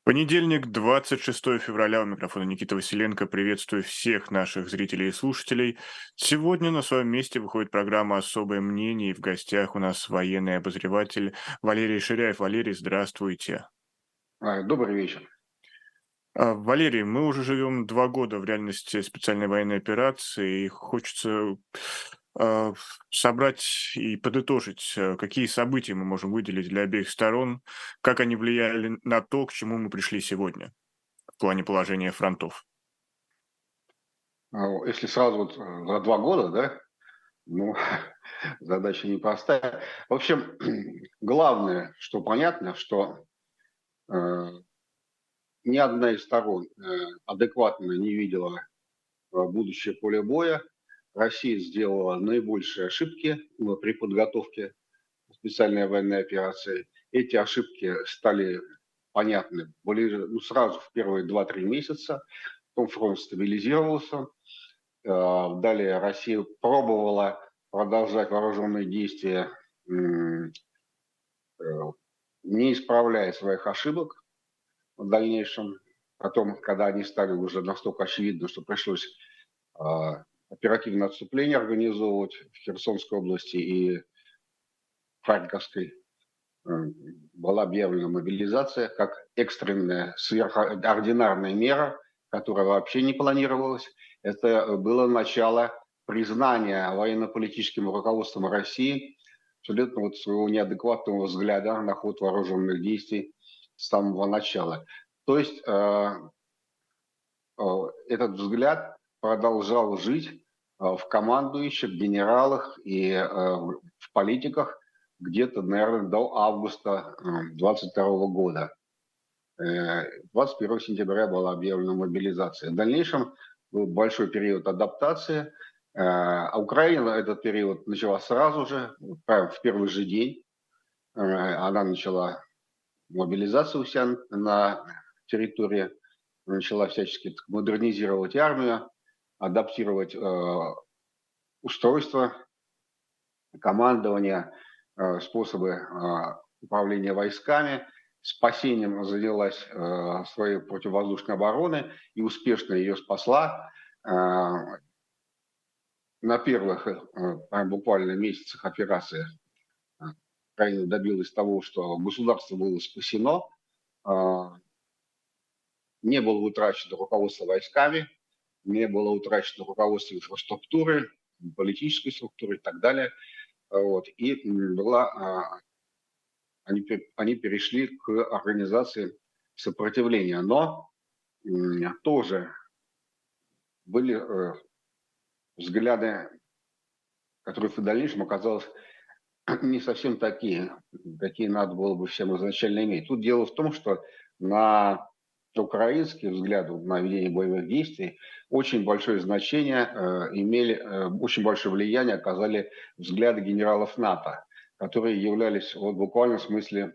Понедельник, 26 февраля. У микрофона Никита Василенко. Приветствую всех наших зрителей и слушателей. Сегодня на своем месте выходит программа «Особое мнение», и в гостях у нас военный обозреватель Валерий Ширяев. Валерий, здравствуйте. Добрый вечер. Валерий, мы уже живем 2 года в реальности специальной военной операции, и хочется а, собрать и подытожить, какие события мы можем выделить для обеих сторон, как они влияли на то, к чему мы пришли сегодня в плане положения фронтов. Если сразу за 2 года, да, ну, задача непростая. В общем, главное, что понятно, что э, ни одна из сторон адекватно не видела будущее поле боя. Россия сделала наибольшие ошибки при подготовке специальной военной операции. Эти ошибки стали понятны сразу в первые 2-3 месяца. Потом фронт стабилизировался. Далее Россия пробовала продолжать вооруженные действия, э, не исправляя своих ошибок в дальнейшем. Потом, когда они стали уже настолько очевидны, что пришлось оперативное отступление организовывать в Херсонской области и Харьковской, э, была объявлена мобилизация как экстренная сверхординарная мера, которая вообще не планировалась. Это было начало признания военно-политическим руководством России абсолютно своего неадекватного взгляда на ход вооруженных действий с самого начала. То есть этот взгляд продолжал жить в командующих, генералах и в политиках где-то, наверное, до августа 2022 года. 21 сентября была объявлена мобилизация. В дальнейшем был большой период адаптации. А Украина этот период начала сразу же, прямо в первый же день. Она начала мобилизацию у себя на территории, начала всячески модернизировать армию, адаптировать устройство, командование, способы управления войсками. Спасением занялась своей противовоздушной обороны и успешно ее спасла. На первых буквально месяцах операции Украина добилась того, что государство было спасено, не было утрачено руководство войсками, не было утрачено руководство инфраструктуры, политической структуры и так далее. И они перешли к организации сопротивления. Но тоже были взгляды, которые в дальнейшем оказалось не совсем такие, какие надо было бы всем изначально иметь. Тут дело в том, что на украинские взгляды на ведение боевых действий очень большое значение очень большое влияние оказали взгляды генералов НАТО, которые являлись буквально в смысле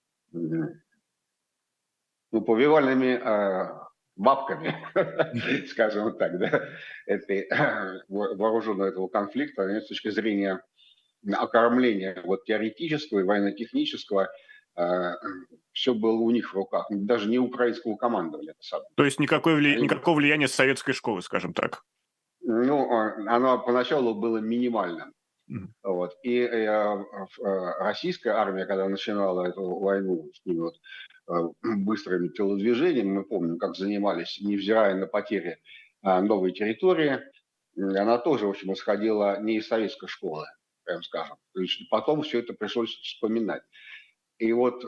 повивальными бабками, скажем так, да, этой вооруженного этого конфликта, с точки зрения окормления теоретического и военно-технического, все было у них в руках, даже не украинского командования. То есть Они, никакого влияния советской школы, скажем так. оно поначалу было минимальным. И российская армия, когда начинала эту войну с ними быстрыми телодвижениями, мы помним, как занимались, невзирая на потери новой территории, она тоже, в общем, исходила не из советской школы, прям скажем. То есть потом все это пришлось вспоминать. И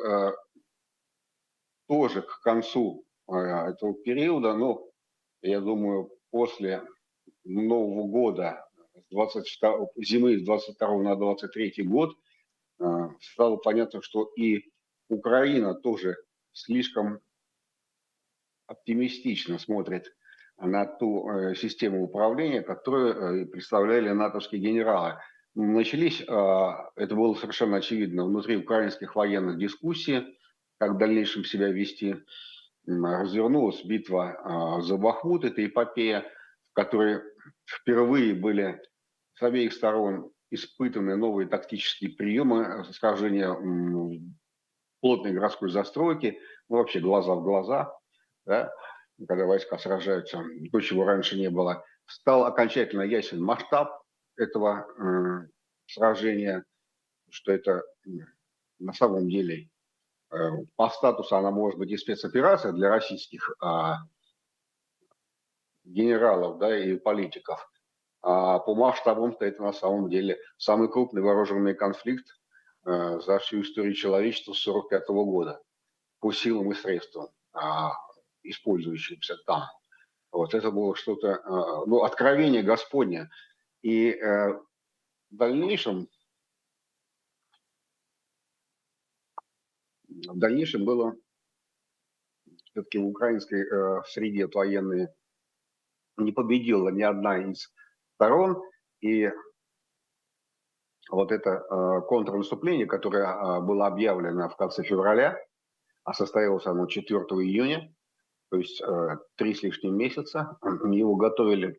тоже к концу этого периода, я думаю, после Нового года, зимы с 22 на 23 год, стало понятно, что и Украина тоже слишком оптимистично смотрит на ту систему управления, которую представляли натовские генералы. Начались, это было совершенно очевидно, внутри украинских военных дискуссий, как в дальнейшем себя вести. Развернулась битва за Бахмут, это эпопея, в которой впервые были с обеих сторон испытаны новые тактические приемы схождения плотной городской застройки, ну, вообще глаза в глаза, да, когда войска сражаются, то, чего раньше не было. Стал окончательно ясен масштаб этого сражения, что это на самом деле по статусу она может быть и спецоперация для российских генералов, да, и политиков, а по масштабам-то это на самом деле самый крупный вооруженный конфликт за всю историю человечества с 1945 года по силам и средствам, использующимся там. Вот это было что-то, ну, откровение Господне. И в дальнейшем было все-таки в украинской среде военной не победила ни одна из сторон, и вот это контрнаступление, которое было объявлено в конце февраля, а состоялось оно 4 июня, то есть 3 с лишним месяца, его готовили,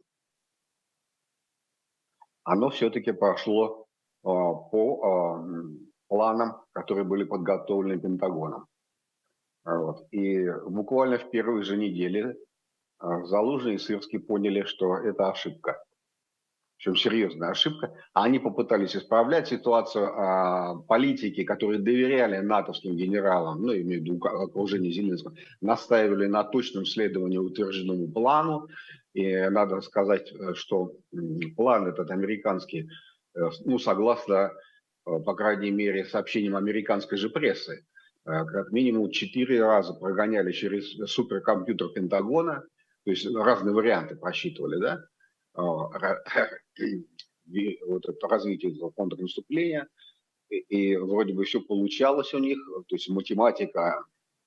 оно все-таки прошло по планам, которые были подготовлены Пентагоном. Вот. И буквально в первые же недели Залужный и Сырский поняли, что это ошибка. Причем серьезная ошибка. Они попытались исправлять ситуацию. Политики, которые доверяли натовским генералам, ну, имею в виду окружение Зеленского, настаивали на точном следовании утвержденному плану. И надо сказать, что план этот американский, ну, согласно, по крайней мере, сообщениям американской же прессы, как минимум 4 раза прогоняли через суперкомпьютер Пентагона, то есть разные варианты просчитывали, да, вот это развитие этого контрнаступления, и вроде бы все получалось у них, то есть математика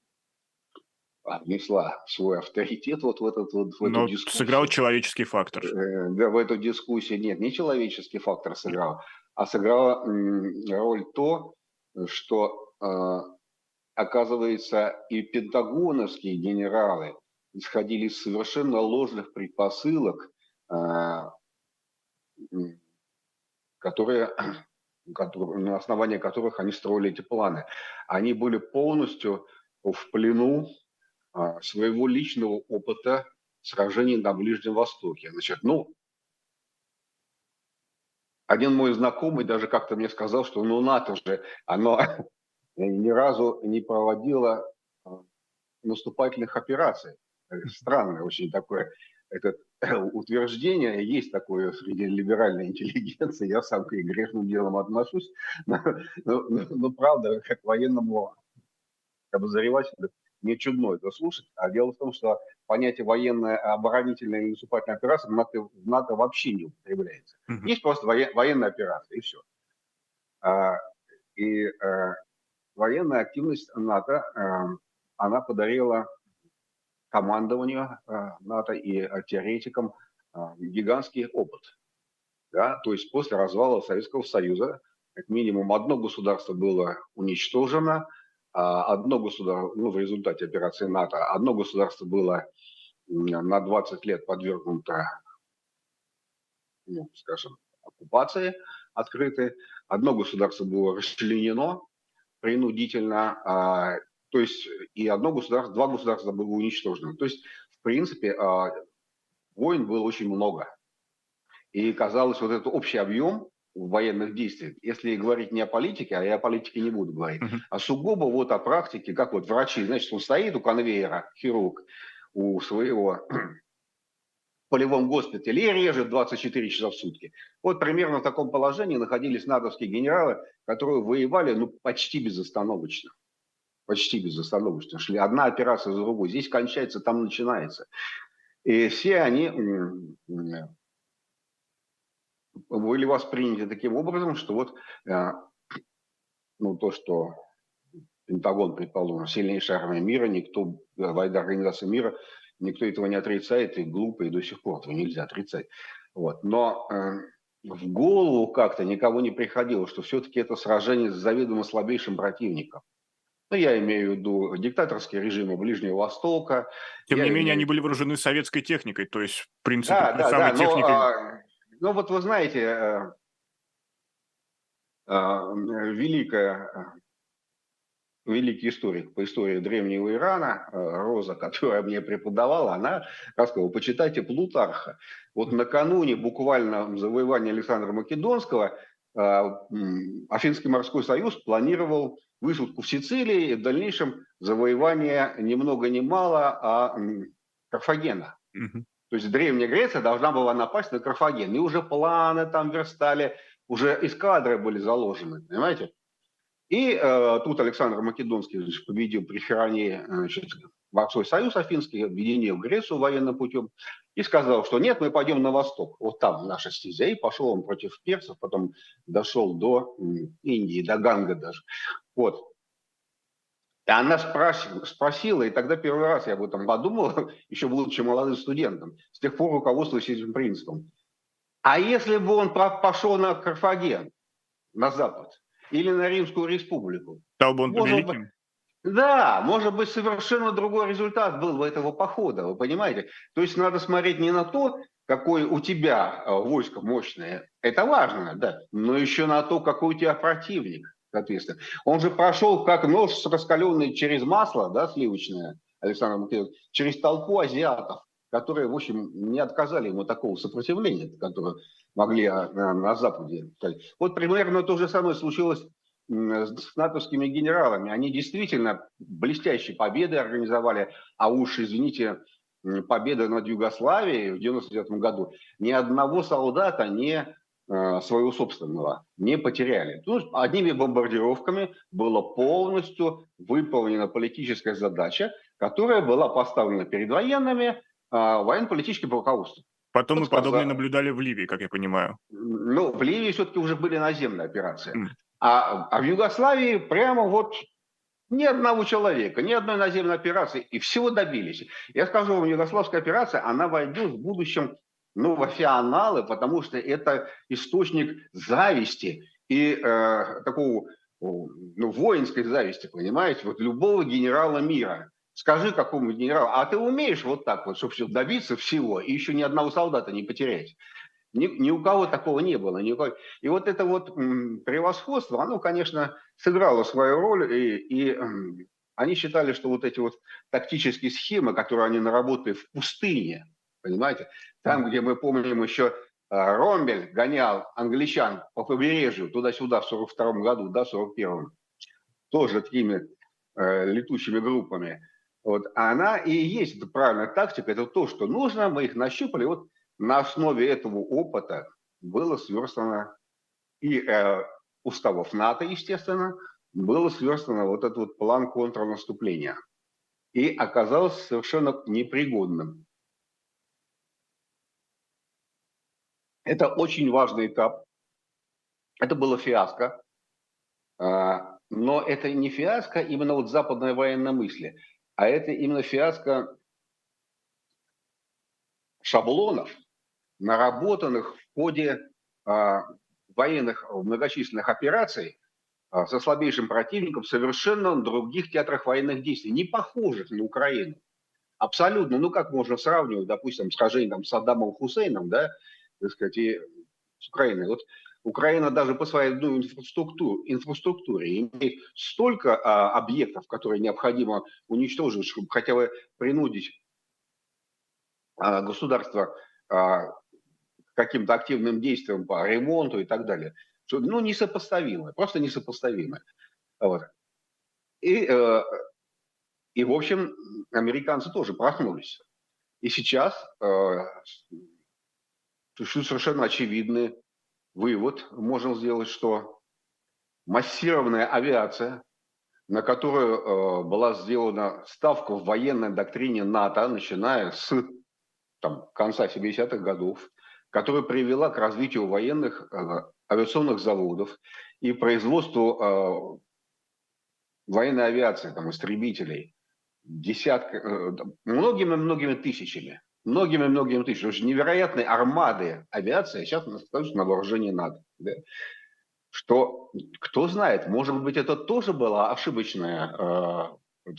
внесла свой авторитет вот в в эту Но сыграл дискуссию. человеческий фактор. Да, в эту дискуссию нет, не человеческий фактор сыграл, а сыграла роль то, что, оказывается, и пентагоновские генералы исходили из совершенно ложных предпосылок, которые, на основании которых они строили эти планы. Они были полностью в плену своего личного опыта сражений на Ближнем Востоке. Значит, ну, один мой знакомый даже как-то мне сказал, что ну НАТО же, оно ни разу не проводило наступательных операций. Странное очень такое это утверждение, есть такое среди либеральной интеллигенции, я сам к грешным делам отношусь, но правда, как военному обозревателю, мне чудно это слушать. А дело в том, что понятие военная, оборонительная и наступательная операция в НАТО вообще не употребляется. Есть просто военная операция, и все. И военная активность НАТО, она подарила командованию НАТО и теоретикам гигантский опыт. Да? То есть после развала Советского Союза как минимум одно государство было уничтожено, одно государство, ну, в результате операции НАТО, одно государство было на 20 лет подвергнуто, ну, скажем, оккупации открытой, одно государство было расчленено принудительно, то есть и одно государство, два государства было уничтожено. То есть, в принципе, войн было очень много. И казалось, вот этот общий объем военных действий, если говорить не о политике, а я о политике не буду говорить, а сугубо вот о практике, как вот врачи, значит, он стоит у конвейера, хирург, у своего в полевом госпитале и режет 24 часа в сутки. Вот примерно в таком положении находились натовские генералы, которые воевали ну, почти безостановочно. Почти безостановочно. Шли одна операция за другой. Здесь кончается, там начинается. И все они были восприняты таким образом, что вот ну, то, что Пентагон, предположим, сильнейшая армия мира, никто, военная организация мира, никто этого не отрицает, и глупо, и до сих пор этого нельзя отрицать. Вот. Но в голову как-то никого не приходило, что все-таки это сражение с заведомо слабейшим противником. Ну, я имею в виду диктаторские режимы Ближнего Востока. Тем не менее, они были вооружены советской техникой, то есть, в принципе, да, да, самой да, техникой. но вот вы знаете, великая великий историк по истории древнего Ирана, Роза, которая мне преподавала, она рассказывала, почитайте Плутарха. Вот накануне буквально завоевания Александра Македонского Афинский морской союз планировал высадку в Сицилии и в дальнейшем завоевание ни много ни мало, Карфагена. То есть Древняя Греция должна была напасть на Карфаген. И уже планы там верстали, уже эскадры были заложены, понимаете? И тут Александр Македонский, значит, победил при Херонее, значит, морской союз Афинский, объединил Грецию военным путем и сказал, что нет, мы пойдем на восток. Вот там наша стезя. И пошел он против персов, потом дошел до Индии, до Ганга даже. Вот. И она спросила, и тогда первый раз я об этом подумал, еще будучи молодым студентом, с тех пор руководствуюсь этим принципом. А если бы он пошел на Карфаген, на запад, или на Римскую республику? Стал бы он повелителем? Да, может быть, совершенно другой результат был бы этого похода, вы понимаете? То есть надо смотреть не на то, какое у тебя войско мощное, это важно, да, но еще на то, какой у тебя противник, соответственно. Он же прошел как нож раскаленный через масло, да, сливочное, Александр Македонский, через толпу азиатов, которые, в общем, не отказали ему такого сопротивления, которое могли на Западе. Вот примерно то же самое случилось с натовскими генералами. Они действительно блестящие победы организовали, а уж, извините, победа над Югославией в 1999 году ни одного солдата своего собственного не потеряли. Ну, одними бомбардировками была полностью выполнена политическая задача, которая была поставлена перед военными, военно-политическим руководством. Потом мы подобное наблюдали в Ливии, как я понимаю. Ну, в Ливии все-таки уже были наземные операции. А в Югославии прямо вот ни одного человека, ни одной наземной операции, и всего добились. Я скажу вам, югославская операция, она войдет в будущем, ну, во все анналы, потому что это источник зависти и такого, ну, воинской зависти, понимаете, вот любого генерала мира. Скажи какому генералу, а ты умеешь вот так вот, чтобы добиться всего, и еще ни одного солдата не потерять? Ни у кого такого не было. И вот это вот превосходство, оно, конечно, сыграло свою роль. И они считали, что вот эти вот тактические схемы, которые они наработали в пустыне, понимаете, там, где мы помним еще Роммель гонял англичан по побережью туда-сюда в 42 году, да, в 41-м, тоже такими летучими группами. Вот, она и есть правильная тактика, это то, что нужно, мы их нащупали, вот на основе этого опыта было сверстано и уставов НАТО, естественно, было сверстано вот этот вот план контрнаступления. И оказалось совершенно непригодным. Это очень важный этап. Это было фиаско. Но это не фиаско именно вот западной военной мысли, а это именно фиаско шаблонов, наработанных в ходе военных многочисленных операций со слабейшим противником в совершенно других театрах военных действий, не похожих на Украину. Абсолютно. Ну, как можно сравнивать, допустим, схождение там, с Саддамом Хусейном, да, так сказать, и с Украиной. Вот Украина даже по своей инфраструктуре имеет столько объектов, которые необходимо уничтожить, чтобы хотя бы принудить государство каким-то активным действиям по ремонту и так далее, что, ну, несопоставимое, просто несопоставимое. Вот. И, в общем, американцы тоже проснулись. И сейчас совершенно очевидный вывод можем сделать, что массированная авиация, на которую была сделана ставка в военной доктрине НАТО, начиная с конца 70-х годов, которая привела к развитию военных авиационных заводов и производству военной авиации, там, истребителей, многими-многими тысячами. Многими-многими тысячами. Очень невероятные армады авиации сейчас находятся на вооружении НАТО. Да? Что, кто знает, может быть, это тоже было ошибочное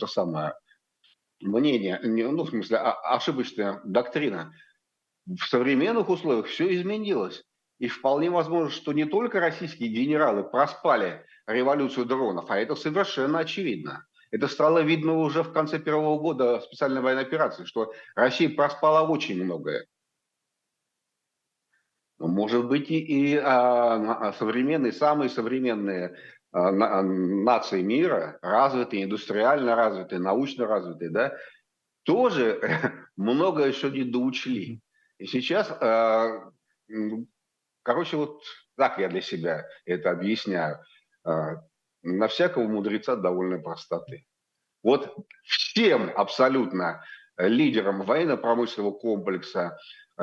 мнение, ну, в смысле, ошибочная доктрина. В современных условиях все изменилось. И вполне возможно, что не только российские генералы проспали революцию дронов, а это совершенно очевидно. Это стало видно уже в конце первого года специальной военной операции, что Россия проспала очень многое. Может быть, современные, самые современные нации мира, развитые, индустриально развитые, научно развитые, да, тоже многое еще не доучли. И сейчас, короче, вот так я для себя это объясняю. На всякого мудреца довольно простоты. Вот всем абсолютно лидерам военно-промышленного комплекса,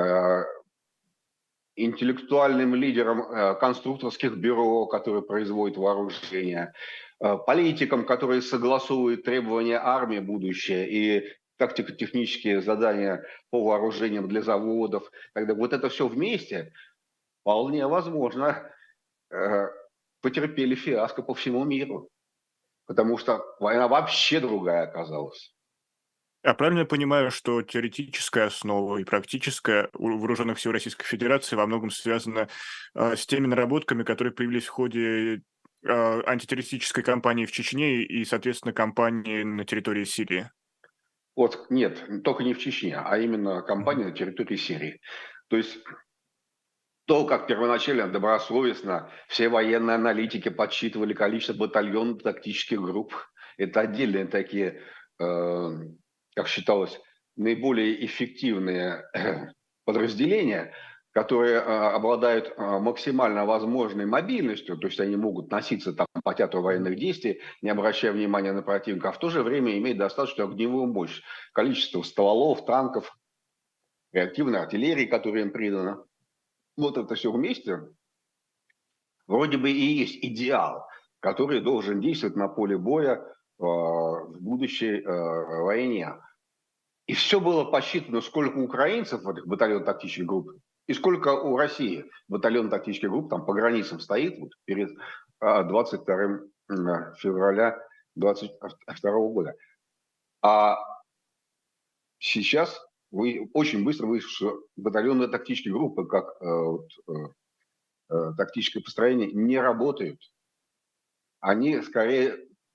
интеллектуальным лидерам конструкторских бюро, которые производят вооружение, политикам, которые согласовывают требования армии будущее и тактико-технические задания по вооружениям для заводов. Тогда вот это все вместе вполне возможно потерпели фиаско по всему миру, потому что война вообще другая оказалась. Я правильно понимаю, что теоретическая основа и практическая у вооруженных сил Российской Федерации во многом связана с теми наработками, которые появились в ходе антитеррористической кампании в Чечне и, соответственно, кампании на территории Сирии? Вот нет, только не в Чечне, а именно кампания на территории Сирии. То есть то, как первоначально добросовестно все военные аналитики подсчитывали количество батальонов, тактических групп, это отдельные такие, как считалось, наиболее эффективные подразделения, которые обладают максимально возможной мобильностью, то есть они могут носиться там по театру военных действий, не обращая внимания на противника, а в то же время иметь достаточную огневую мощь, количество стволов, танков, реактивной артиллерии, которая им придана. Вот это все вместе вроде бы и есть идеал, который должен действовать на поле боя в будущей войне. И все было посчитано, сколько у украинцев в этих батальонах тактических групп, и сколько у России батальон тактических групп там по границам стоит вот, перед 22 февраля 2022 года. А сейчас очень быстро выяснилось, что батальонные тактические группы, как тактическое построение, не работают. Они скорее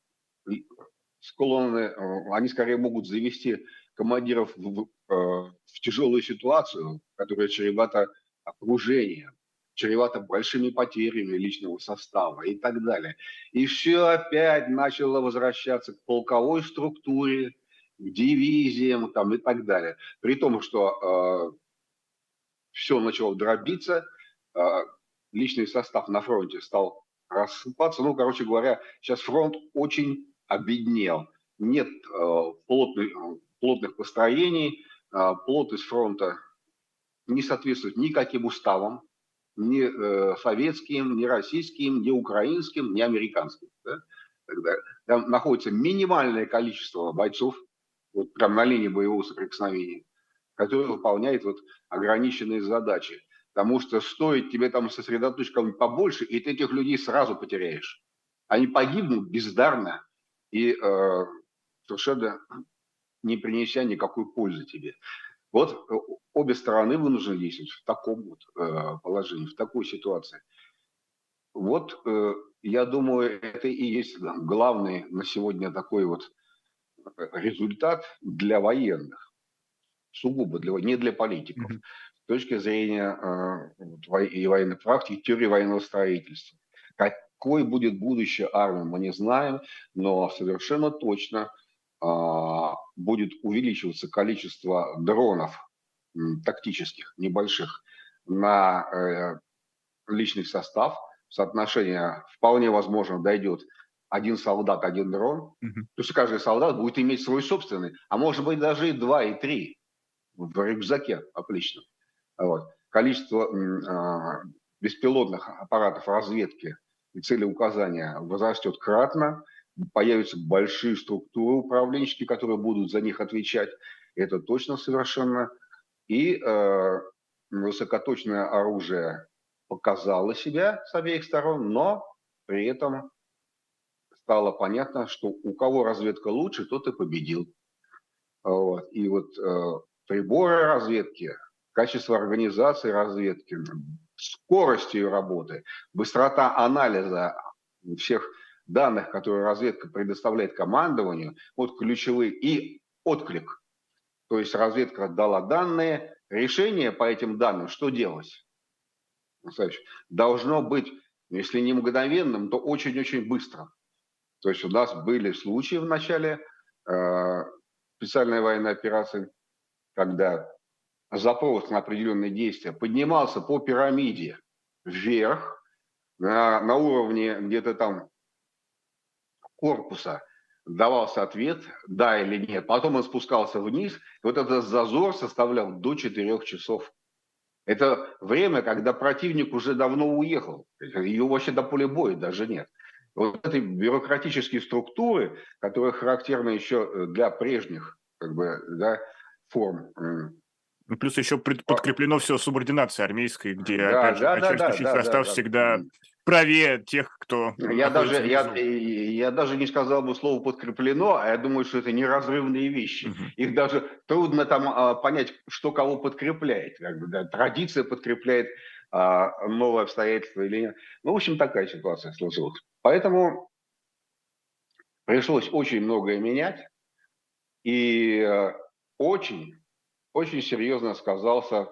склонны, они скорее могут завести командиров в тяжелую ситуацию, которая чревата окружением, чревата большими потерями личного состава и так далее. И все опять начало возвращаться к полковой структуре, к дивизиям там, и так далее. При том, что все начало дробиться, личный состав на фронте стал рассыпаться. Ну, короче говоря, сейчас фронт очень обеднел. Нет плотных построений, плотность фронта не соответствует никаким уставам, ни советским, ни российским, ни украинским, ни американским. Да? Там находится минимальное количество бойцов, вот прям на линии боевого соприкосновения, которые выполняют вот ограниченные задачи. Потому что стоит тебе там сосредоточить кого-нибудь побольше, и ты этих людей сразу потеряешь. Они погибнут бездарно и совершенно не принеся никакой пользы тебе. Вот обе стороны вынуждены действовать в таком вот положении, в такой ситуации. Вот я думаю, это и есть главный на сегодня такой вот результат для военных, сугубо не для политиков. Мгм. С точки зрения и военной практики, теории военного строительства. Какой будет будущее армии, мы не знаем, но совершенно точно будет увеличиваться количество дронов тактических, небольших, на личный состав. Соотношение вполне возможно дойдет один солдат, один дрон. Мгм. То есть каждый солдат будет иметь свой собственный, а может быть даже и 2, и 3 в рюкзаке отлично. Вот. Количество беспилотных аппаратов разведки и целеуказания возрастет кратно, появятся большие структуры управленческие, которые будут за них отвечать, это точно совершенно. И высокоточное оружие показало себя с обеих сторон, но при этом стало понятно, что у кого разведка лучше, тот и победил. Вот. И вот приборы разведки, качество организации разведки, скорость ее работы, быстрота анализа всех данных, которые разведка предоставляет командованию, вот ключевые, и отклик. То есть разведка дала данные, решение по этим данным, что делать? Должно быть, если не мгновенным, то очень-очень быстро. То есть у нас были случаи в начале специальной военной операции, когда запрос на определенные действия поднимался по пирамиде вверх, на уровне где-то там корпуса давался ответ, да или нет. Потом он спускался вниз, и вот этот зазор составлял до 4 часов. Это время, когда противник уже давно уехал. Ее вообще до поля боя даже нет. Вот эти бюрократические структуры, которые характерны еще для прежних да, форм. Плюс еще подкреплено все субординацией армейской, где, Да, опять же, да, да, да, начальствующий да, да, состав да. всегда правее тех, кто находится внизу. Я даже не сказал бы слово подкреплено, а я думаю, что это неразрывные вещи. Их даже трудно там понять, что кого подкрепляет. Да, традиция подкрепляет новое обстоятельство или нет. Ну, в общем, такая ситуация сложилась. Поэтому пришлось очень многое менять. И очень, очень серьезно сказался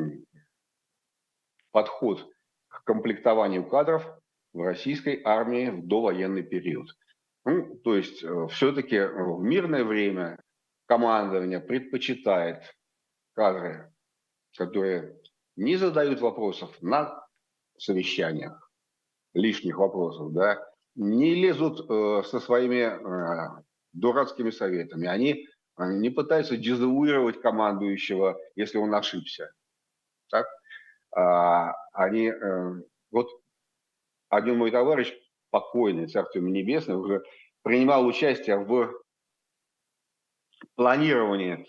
подход к комплектованию кадров в российской армии в довоенный период. Ну, то есть все-таки в мирное время командование предпочитает кадры, которые не задают вопросов на совещаниях, лишних вопросов, да, не лезут со своими дурацкими советами. Они не пытаются дезавуировать командующего, если он ошибся. Так? Они, вот один мой товарищ, покойный, царство ему небесное, уже принимал участие в планировании,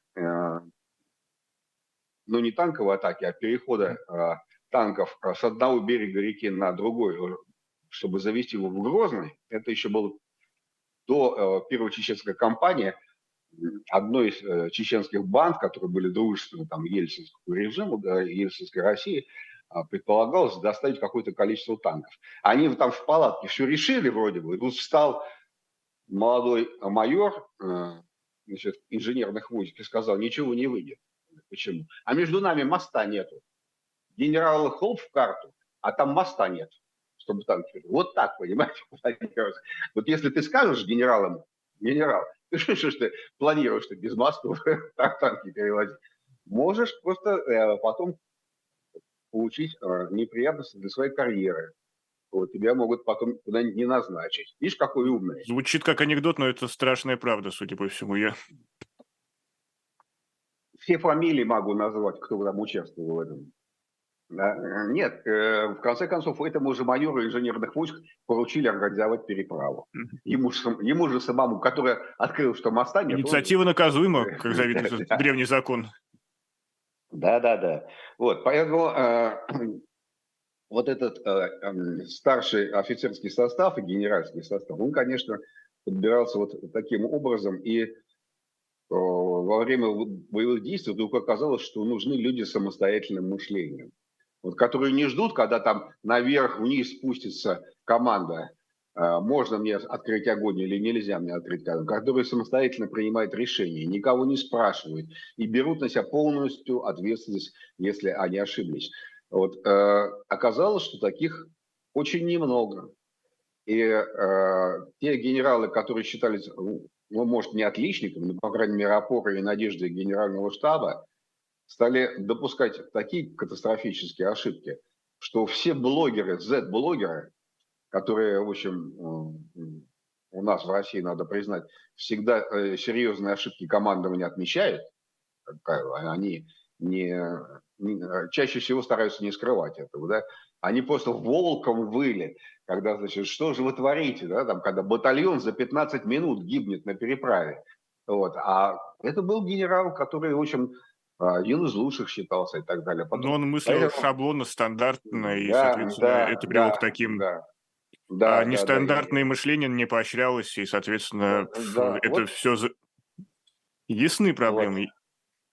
ну не танковой атаки, а перехода танков с одного берега реки на другой, чтобы завести его в Грозный. Это еще было до первой чеченской кампании. Одной из чеченских банд, которые были дружественны там, ельцинскому режиму, да, ельцинской России, предполагалось доставить какое-то количество танков. Они там в палатке все решили вроде бы, и тут встал молодой майор значит, инженерных войск и сказал, ничего не выйдет. Почему? А между нами моста нету. Генерал хлоп в карту, а там моста нет, чтобы танки. Вот так, понимаете? Вот если ты скажешь генералам, генерал, что ж ты планируешь ты без мостов танки перевозить? Можешь просто потом получить неприятности для своей карьеры. Вот, тебя могут потом куда-нибудь не назначить. Видишь, какой умный. Звучит как анекдот, но это страшная правда, судя по всему. Все фамилии могу назвать, кто там участвовал в этом. Нет, в конце концов, этому же майору инженерных войск поручили организовать переправу. Ему же самому, который открыл, что моста нет. Инициатива наказуема, как зовет древний закон. Да. Вот, поэтому вот этот старший офицерский состав и генеральский состав, он, конечно, подбирался вот таким образом. И во время боевых действий вдруг оказалось, что нужны люди с самостоятельным мышлением. Вот, которые не ждут, когда там наверх-вниз спустится команда, можно мне открыть огонь или нельзя мне открыть огонь, которые самостоятельно принимают решения, никого не спрашивают и берут на себя полностью ответственность, если они ошиблись. Вот, оказалось, что таких очень немного. И те генералы, которые считались, ну, может, не отличниками, но, по крайней мере, опорой и надеждой генерального штаба, стали допускать такие катастрофические ошибки, что все блогеры, Z-блогеры, которые, в общем, у нас в России, надо признать, всегда серьезные ошибки командования отмечают, они чаще всего стараются не скрывать этого, да, они просто волком выли, когда, значит, что же вы творите, да, там, когда батальон за 15 минут гибнет на переправе. Вот. А это был генерал, который, в общем, один из лучших считался и так далее. Но он мыслил шаблонно, стандартно, и, да, соответственно, это привело к таким... нестандартное мышление не поощрялось, и, соответственно, это вот, все... Ясны проблемы.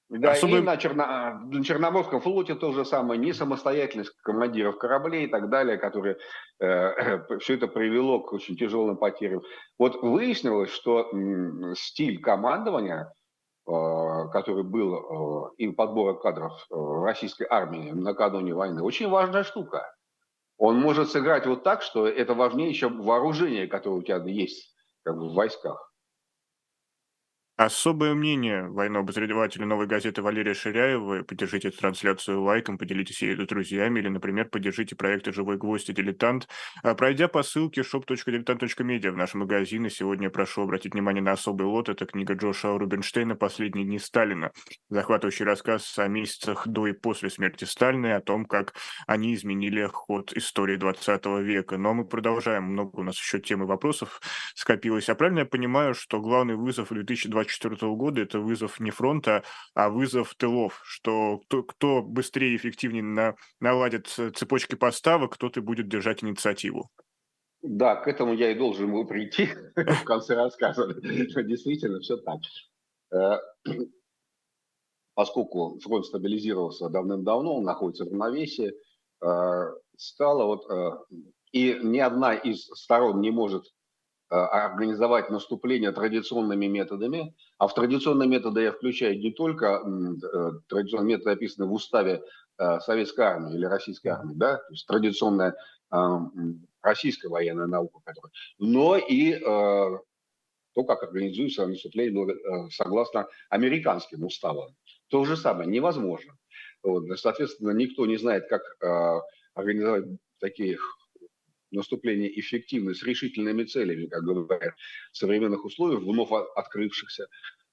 Да, и Особый на Черноморском флоте то же самое, не самостоятельность командиров кораблей и так далее, которые все это привело к очень тяжелым потерям. Вот выяснилось, что стиль командования, который был и подбора кадров в российской армии накануне войны, очень важная штука. Он может сыграть вот так, что это важнее, чем вооружение, которое у тебя есть как бы, в войсках. Особое мнение военного обозревателя «Новой газеты» Валерия Ширяева. Поддержите эту трансляцию лайком, поделитесь ею с друзьями или, например, поддержите проекты «Живой гвоздь» и «Дилетант». Пройдя по ссылке shop.diletant.media в нашем магазине, сегодня я прошу обратить внимание на особый лот. Это книга Джошуа Рубинштейна «Последние дни Сталина». Захватывающий рассказ о месяцах до и после смерти Сталина и о том, как они изменили ход истории 20 века. Но мы продолжаем. Много у нас еще тем и вопросов скопилось. А правильно я понимаю, что главный вызов 2024 года – это вызов не фронта, а вызов тылов, что кто быстрее и эффективнее наладит цепочки поставок, тот и будет держать инициативу. Да, к этому я и должен был прийти в конце рассказа, что действительно все так. Э, Поскольку фронт стабилизировался давным-давно, он находится в равновесии, стало и ни одна из сторон не может организовать наступление традиционными методами, а в традиционные методы я включаю не только традиционные методы, описанные в уставе Советской армии или Российской армии, да, то есть традиционная российская военная наука, но и то, как организуется наступление согласно американским уставам. То же самое невозможно. Вот, соответственно, никто не знает, как организовать такие наступления эффективны с решительными целями, как говорят, в современных условиях, вновь открывшихся.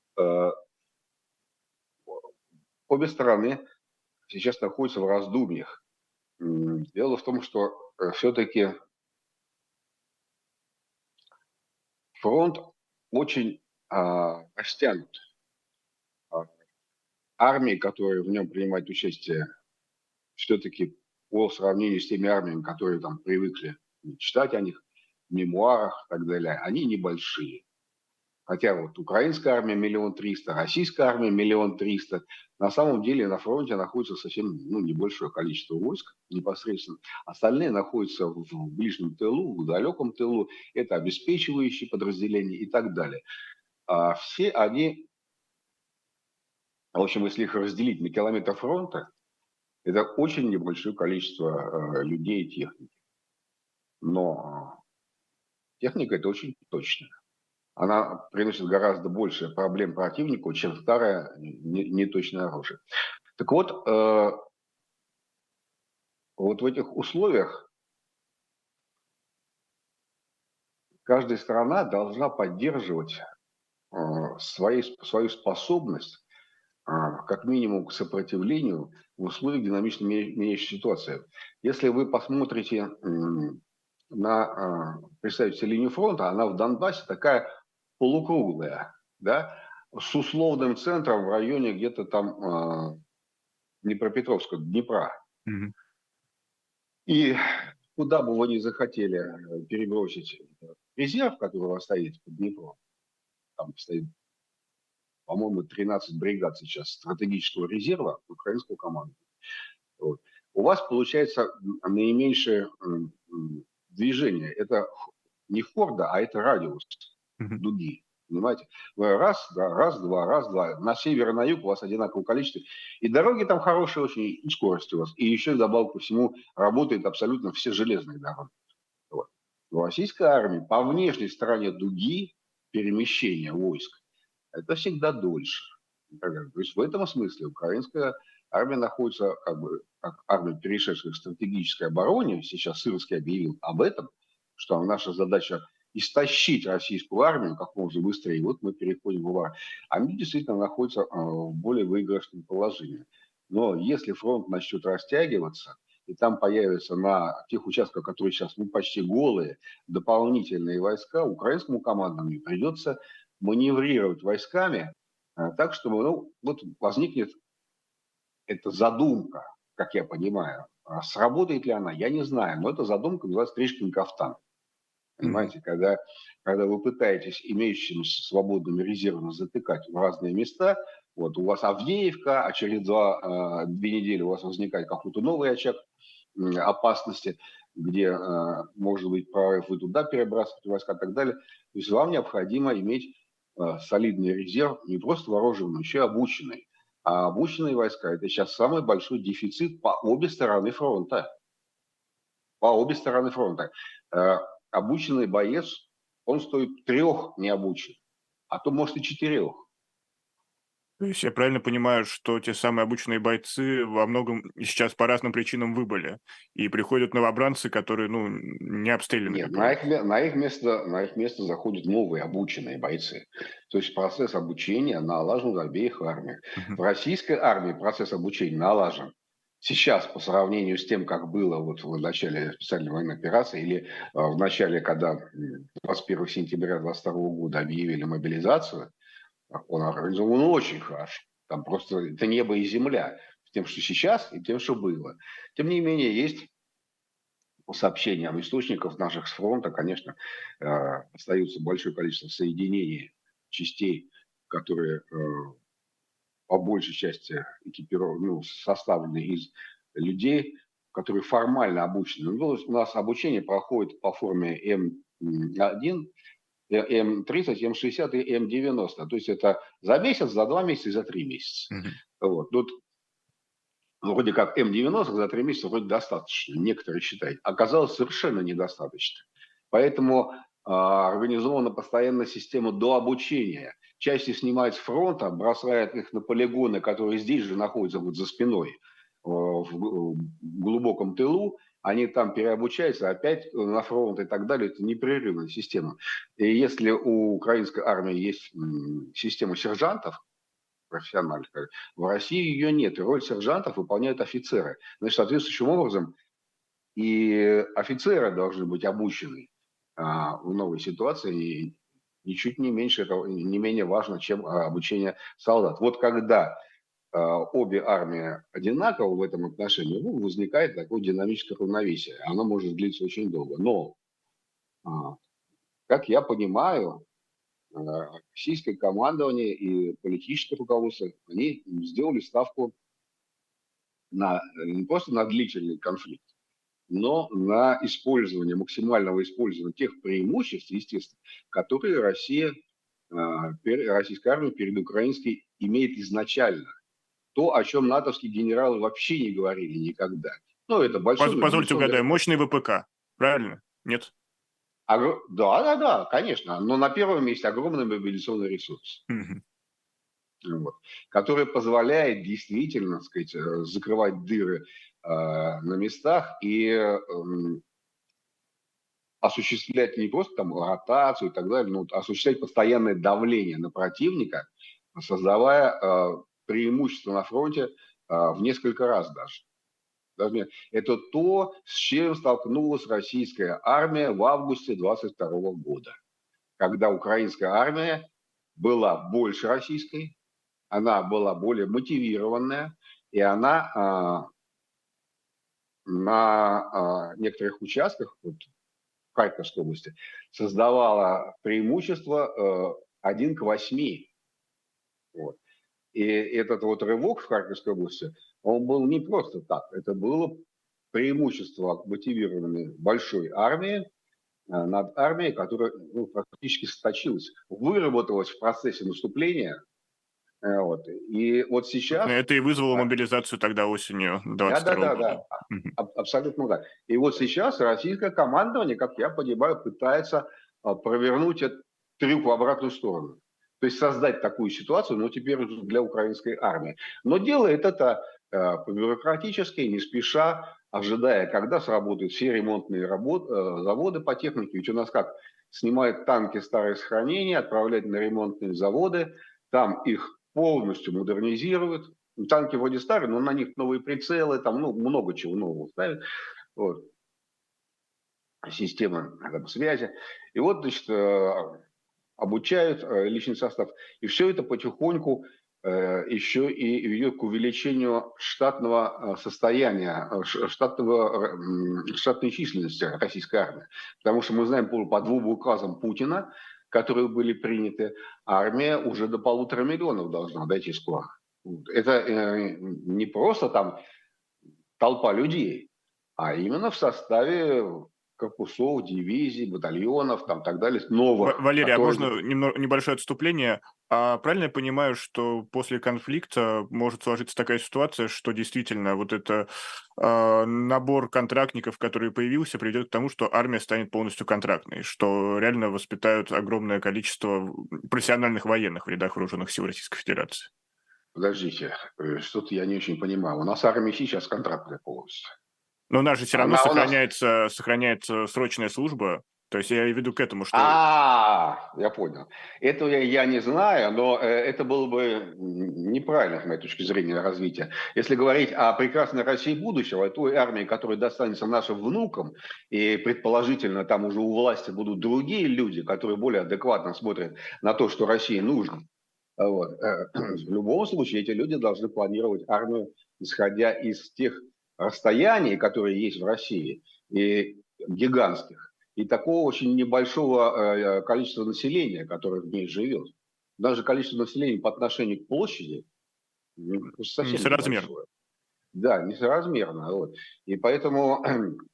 Обе стороны сейчас находятся в раздумьях. Дело в том, что все-таки фронт очень растянут. Армии, которые в нем принимают участие, все-таки по сравнению с теми армиями, которые там привыкли читать о них в мемуарах и так далее, они небольшие. Хотя вот украинская армия 1 300 000, российская армия 1 300 000. На самом деле на фронте находится совсем небольшое количество войск непосредственно. Остальные находятся в ближнем тылу, в далеком тылу. Это обеспечивающие подразделения и так далее. А все они, в общем, если их разделить на километр фронта, это очень небольшое количество людей и техники. Но техника это очень точно. Она приносит гораздо больше проблем противнику, чем старое неточное оружие. Так вот, вот в этих условиях каждая сторона должна поддерживать свою способность как минимум к сопротивлению в условиях динамично меняющейся ситуации. Если вы посмотрите представьте себе линию фронта, она в Донбассе такая полукруглая, да, с условным центром в районе где-то там Днепропетровска, Днепра. Мгм. И куда бы вы ни захотели перебросить резерв, который у вас стоит под Днепром, там стоит, по-моему, 13 бригад сейчас стратегического резерва украинского команды. Вот. У вас получается наименьшее движение. Это не хорда, а это радиус Мгм. дуги. Понимаете? Вы раз, да, раз, два, раз, два. На север и на юг у вас одинаковое количество. И дороги там хорошие очень, и скорость у вас. И еще, добавок ко всему, работают абсолютно все железные дороги. Вот. В российской армии по внешней стороне дуги перемещения войск это всегда дольше. То есть в этом смысле украинская армия находится как армия, перешедшая к стратегической обороне. Сейчас Сырский объявил об этом, что наша задача истощить российскую армию как можно быстрее. Вот мы переходим в армию. Они действительно находятся в более выигрышном положении. Но если фронт начнет растягиваться, и там появятся на тех участках, которые сейчас почти голые, дополнительные войска, украинскому командованию придется маневрировать войсками так, чтобы вот возникнет эта задумка, как я понимаю. Сработает ли она, я не знаю, но эта задумка называется Тришкин кафтан. Мгм. Понимаете, когда вы пытаетесь имеющимися свободными резервами затыкать в разные места, вот у вас Авдеевка, а через 2 недели у вас возникает какой-то новый очаг опасности, где может быть прорыв, вы туда перебрасывать войска и так далее. То есть вам необходимо иметь солидный резерв, не просто вооруженный, но еще и обученный. А обученные войска – это сейчас самый большой дефицит по обе стороны фронта. По обе стороны фронта. Э, Обученный боец, он стоит 3 необученных, а то, может, и 4. То есть я правильно понимаю, что те самые обученные бойцы во многом сейчас по разным причинам выбыли, и приходят новобранцы, которые, ну, не обстреляны, Нет, как говорится. на их место заходят новые обученные бойцы. То есть процесс обучения налажен в обеих армиях. Мгм. В российской армии процесс обучения налажен сейчас по сравнению с тем, как было вот в начале специальной военной операции или в начале, когда 21 сентября 2022 года объявили мобилизацию, он организован очень хорошо. Там просто это небо и земля с тем, что сейчас, и тем, что было. Тем не менее, есть по сообщениям источников наших с фронта, конечно, остается большое количество соединений, частей, которые по большей части экипированы, ну, составлены из людей, которые формально обучены. Ну, у нас обучение проходит по форме М1, М30, М60 и М90. То есть это за месяц, за 2 месяца и за 3 месяца. Мгм. Вот. Тут вроде как М90 за 3 месяца вроде достаточно, некоторые считают. Оказалось совершенно недостаточно. Поэтому организована постоянная система дообучения. Части снимают с фронта, бросают их на полигоны, которые здесь же находятся вот за спиной, в глубоком тылу. Они там переобучаются, опять на фронт и так далее. Это непрерывная система. И если у украинской армии есть система сержантов, профессиональных. В России ее нет, и роль сержантов выполняют офицеры. Значит, соответствующим образом и офицеры должны быть обучены в новой ситуации, и ничуть не меньше этого, не менее важно, чем обучение солдат. Вот когда обе армии одинаковы в этом отношении, ну, возникает такое динамическое равновесие. Оно может длиться очень долго. Но, а, как я понимаю, российское командование и политическое руководство, они сделали ставку не просто на длительный конфликт, но на использование, максимального использования тех преимуществ, естественно, которые российская армия перед украинской имеет изначально. То, о чем натовские генералы вообще не говорили никогда. Ну, это большой Позвольте мобилизационный. угадаю, мощный ВПК, правильно? Нет? Да, да, да, конечно. Но на первом месте огромный мобилизационный ресурс. Мгм. Вот, который позволяет действительно, так сказать, закрывать дыры на местах и осуществлять не просто там ротацию и так далее, но осуществлять постоянное давление на противника, создавая преимущество на фронте в несколько раз даже. Это то, с чем столкнулась российская армия в августе 22 года, когда украинская армия была больше российской, она была более мотивированная, и она на некоторых участках, вот в Харьковской области, создавала преимущество 1 к 8. Вот. И этот вот рывок в Харьковской области, он был не просто так. Это было преимущество мотивированной большой армии над армией, которая практически сточилась, выработалась в процессе наступления. Вот. И вот сейчас Собственно, это и вызвало мобилизацию тогда осенью да, да, 22 да, года. да, Мгм. абсолютно да. И вот сейчас российское командование, как я понимаю, пытается провернуть этот трюк в обратную сторону. То есть создать такую ситуацию, но теперь уже для украинской армии. Но делает это по-бюрократически, не спеша, ожидая, когда сработают все ремонтные заводы по технике. Ведь у нас как? Снимают танки старые с хранения, отправляют на ремонтные заводы, там их полностью модернизируют. Танки вроде старые, но на них новые прицелы, там много чего нового ставят. Вот. Системы связи. И вот, значит, обучают личный состав. И все это потихоньку еще и ведет к увеличению штатного состояния, штатной численности российской армии. Потому что мы знаем по двум указам Путина, которые были приняты, армия уже до 1,5 миллиона должна дойти скоро. Это не просто там толпа людей, а именно в составе корпусов, дивизий, батальонов, там так далее, новых, Валерий, а которые... можно небольшое отступление? А правильно я понимаю, что после конфликта может сложиться такая ситуация, что действительно вот это набор контрактников, который появился, приведет к тому, что армия станет полностью контрактной, что реально воспитают огромное количество профессиональных военных в рядах вооруженных сил Российской Федерации? Подождите, что-то я не очень понимаю. У нас армия сейчас контрактная полностью. Но у нас же все равно Она у нас... сохраняется срочная служба, то есть я веду к этому, что... Я понял. Этого я не знаю, но это было бы неправильно, с моей точки зрения, развития. Если говорить о прекрасной России будущего, той армии, которая достанется нашим внукам, и предположительно там уже у власти будут другие люди, которые более адекватно смотрят на то, что России нужно. Вот. В любом случае эти люди должны планировать армию, исходя из тех расстояний, которые есть в России, и гигантских, и такого очень небольшого количества населения, которое в ней живет. Даже количество населения по отношению к площади совсем Несоразмерно. небольшое. Да, несоразмерно. Вот. И поэтому,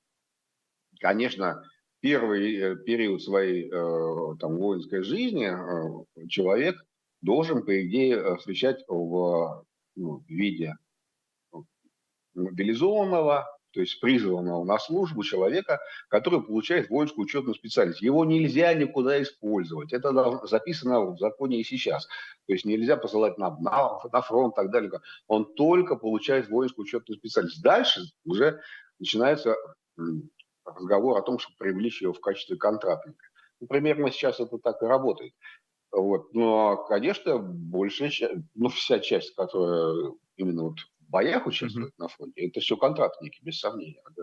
конечно, первый период своей там, воинской жизни человек должен, по идее, встречать в виде мобилизованного, то есть призванного на службу человека, который получает воинскую учетную специальность. Его нельзя никуда использовать. Это записано в законе и сейчас. То есть нельзя посылать на фронт и так далее. Он только получает воинскую учетную специальность. Дальше уже начинается разговор о том, чтобы привлечь его в качестве контрактника. Ну, примерно сейчас это так и работает. Вот. Но, конечно, вся часть, которая именно вот в боях участвует на фронте, это все контрактники, без сомнения. Да.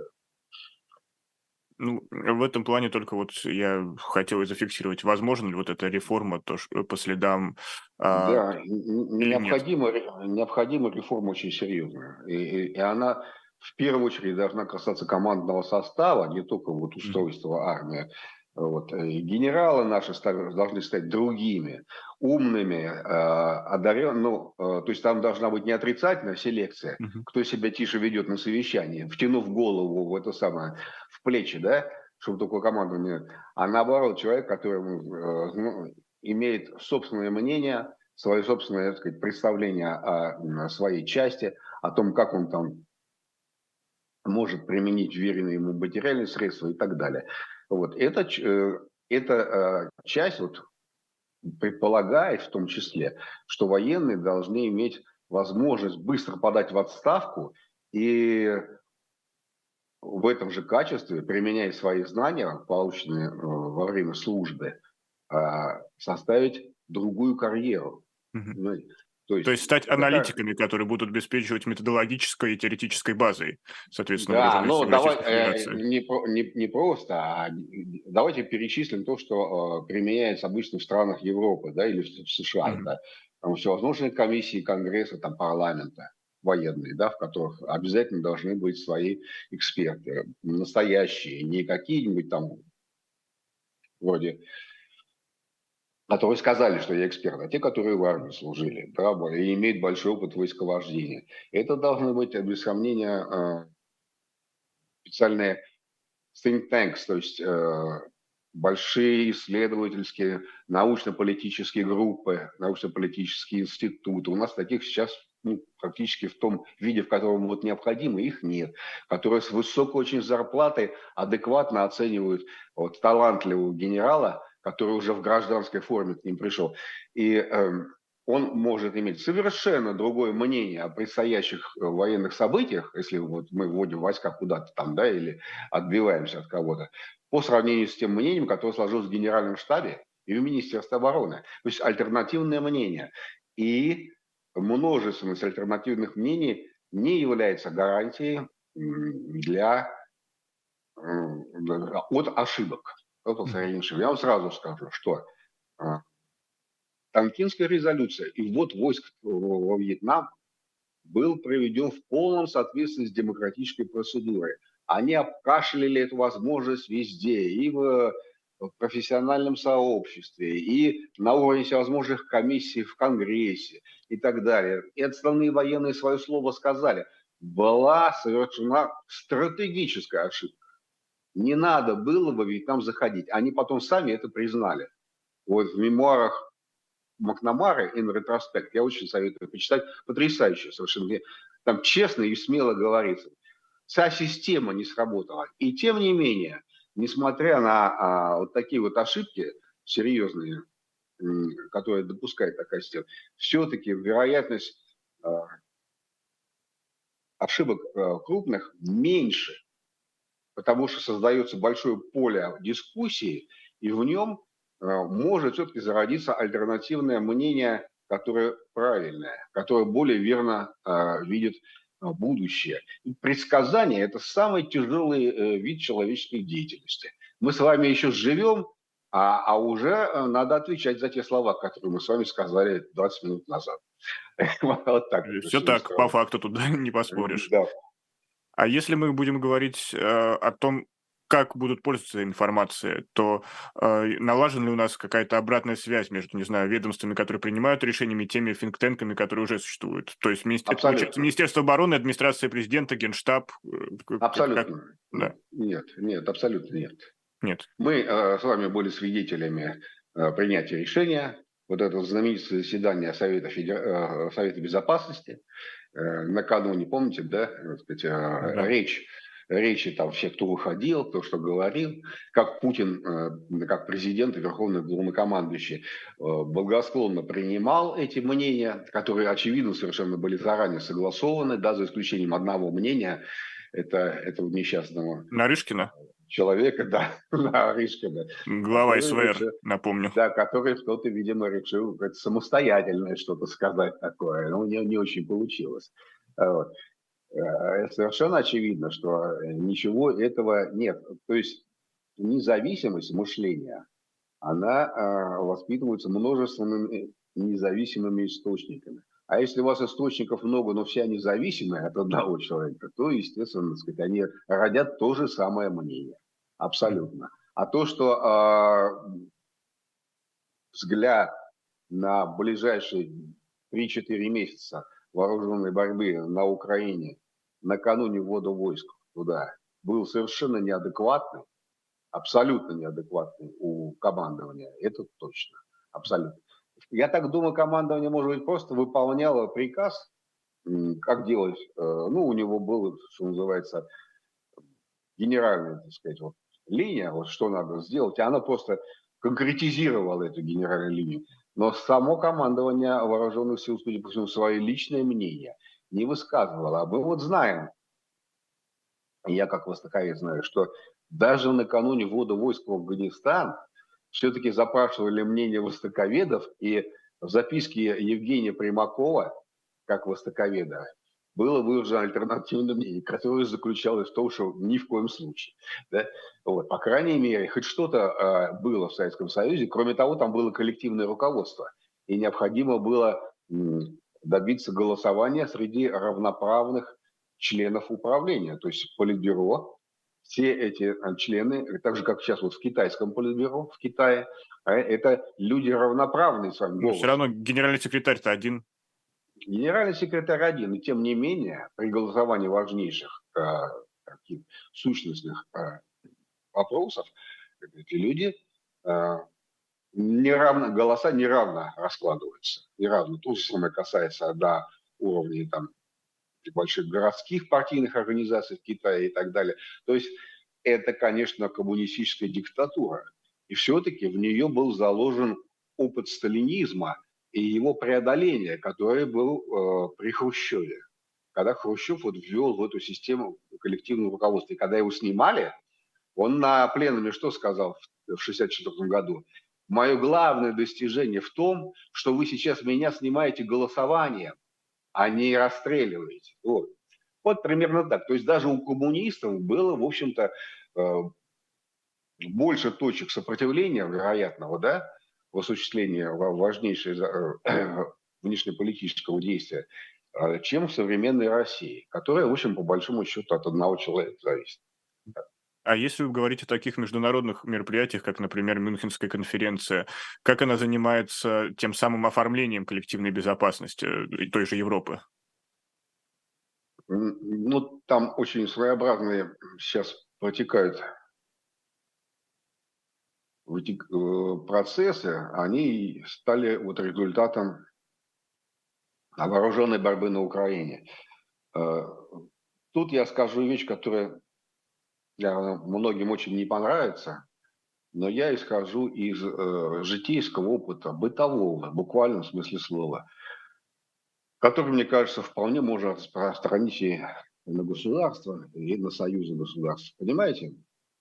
Ну, в этом плане только вот я хотел и зафиксировать, возможно ли вот эта реформа по следам Да, или нет. необходима реформа очень серьезная. И она в первую очередь должна касаться командного состава, не только вот Мгм. устройства армии. Вот. И генералы наши должны стать другими, умными, одаренными. То есть там должна быть не отрицательная селекция, Мгм. кто себя тише ведет на совещании, втянув голову в это самое, в плечи, да, чтобы только команду не... А наоборот, человек, который имеет собственное мнение, свое собственное, так сказать, представление о своей части, о том, как он там может применить вверенные ему материальные средства и так далее. Вот. Эта часть вот предполагает в том числе, что военные должны иметь возможность быстро подать в отставку и в этом же качестве, применяя свои знания, полученные во время службы, составить другую карьеру. Мгм. Понимаете? То То есть есть стать это, аналитиками, которые будут обеспечивать методологической и теоретической базой, соответственно, да, вооруженных но сил давай Российской Федерации. не просто, давайте перечислим то, что применяется обычно в странах Европы, да, или в США. Мгм. Это там всевозможные комиссии Конгресса, там парламента военные, да, в которых обязательно должны быть свои эксперты, настоящие, не какие-нибудь там вроде, которые сказали, что я эксперт, а те, которые в армии служили, да, и имеют большой опыт войсковождения. Это должны быть, без сомнения, специальные think tanks, то есть большие исследовательские научно-политические группы, научно-политические институты. У нас таких сейчас практически в том виде, в котором вот необходимо, их нет. Которые с высокой очень зарплатой адекватно оценивают вот, талантливого генерала, который уже в гражданской форме к ним пришел. И он может иметь совершенно другое мнение о предстоящих военных событиях, если вот мы вводим войска куда-то там, да, или отбиваемся от кого-то, по сравнению с тем мнением, которое сложилось в Генеральном штабе и в Министерстве обороны. То есть альтернативное мнение. И множественность альтернативных мнений не является гарантией от ошибок. Я вам сразу скажу, что Нанкинская резолюция и ввод войск во Вьетнам был проведен в полном соответствии с демократической процедурой. Они обкашляли эту возможность везде, и в профессиональном сообществе, и на уровне всевозможных комиссий в Конгрессе и так далее. И отставные военные свое слово сказали. Была совершена стратегическая ошибка. Не надо было во Вьетнам заходить. Они потом сами это признали. Вот в мемуарах Макнамары in retrospect, я очень советую почитать, потрясающе совершенно. Там честно и смело говорится. Вся система не сработала. И тем не менее, несмотря на вот такие вот ошибки серьезные, которые допускает такая система, все-таки вероятность ошибок крупных меньше, потому что создается большое поле дискуссии, и в нем может все-таки зародиться альтернативное мнение, которое правильное, которое более верно видит будущее. И предсказание – это самый тяжелый вид человеческой деятельности. Мы с вами еще живем, а уже надо отвечать за те слова, которые мы с вами сказали 20 минут назад. Вот так. Все так, по факту тут не поспоришь. Да. А если мы будем говорить о том, как будут пользоваться информацией, то налажена ли у нас какая-то обратная связь между, не знаю, ведомствами, которые принимают решениями, и теми think-танками, которые уже существуют? То есть это получается Министерство обороны, администрация президента, Генштаб? Абсолютно. Да. Нет, абсолютно нет. Нет. Мы с вами были свидетелями принятия решения, вот это знаменитое заседание Совета Безопасности, накануне, помните, да, речи там всех, кто выходил, кто что говорил, как Путин, как президент и верховный главнокомандующий благосклонно принимал эти мнения, которые, очевидно, совершенно были заранее согласованы, да, за исключением одного мнения, этого несчастного Нарышкина? Человека, да, Нарышкина. Глава СВР, напомню. Да, который кто-то, видимо, решил самостоятельное что-то сказать такое, но не очень получилось. Вот. Совершенно очевидно, что ничего этого нет. То есть независимость мышления, она воспитывается множественными независимыми источниками. А если у вас источников много, но все они зависимые от одного человека, то, естественно, так сказать, они родят то же самое мнение. Абсолютно. А то, что взгляд на ближайшие 3-4 месяца вооруженной борьбы на Украине накануне ввода войск туда был совершенно неадекватный, абсолютно неадекватный у командования, это точно, абсолютно. Я так думаю, командование, может быть, просто выполняло приказ, как делать, у него было, что называется, генеральная, так сказать, вот, линия, вот что надо сделать, и она просто конкретизировала эту генеральную линию. Но само командование вооруженных сил, судя по всему, свое личное мнение не высказывало. А мы вот знаем, я как востоковед знаю, что даже накануне ввода войск в Афганистан все-таки запрашивали мнение востоковедов, и в записке Евгения Примакова, как востоковеда, было выражено альтернативное мнение, которое заключалось в том, что ни в коем случае. Да? Вот. По крайней мере, хоть что-то было в Советском Союзе. Кроме того, там было коллективное руководство. И необходимо было добиться голосования среди равноправных членов управления. То есть Политбюро, все эти члены, так же, как сейчас вот в китайском Политбюро, в Китае, это люди равноправные с вами. Но все равно генеральный секретарь-то один. Генеральный секретарь один, но тем не менее, при голосовании важнейших таких сущностных вопросов, эти люди голоса неравно раскладываются. Неравно. То же самое касается до уровня там, больших городских партийных организаций в Китае и так далее. То есть это, конечно, коммунистическая диктатура. И все-таки в нее был заложен опыт сталинизма и его преодоление, которое был при Хрущеве. Когда Хрущев вот ввел в эту систему коллективного руководства. И когда его снимали, он на пленуме что сказал в 1964 году? Мое главное достижение в том, что вы сейчас меня снимаете голосованием, а не расстреливаете. Вот примерно так. То есть даже у коммунистов было, в общем-то, больше точек сопротивления вероятного, да, в осуществлении важнейшего внешнеполитического действия, чем в современной России, которая, в общем, по большому счету от одного человека зависит. А если вы говорите о таких международных мероприятиях, как, например, Мюнхенская конференция, как она занимается тем самым оформлением коллективной безопасности той же Европы? Ну, там очень своеобразные сейчас протекают процессы, они стали вот результатом вооруженной борьбы на Украине. Э, Тут я скажу вещь, которая многим очень не понравится, но я исхожу из житейского опыта, бытового, в буквальном смысле слова, который, мне кажется, вполне можно распространить и на государство, и на союзы государств. Понимаете?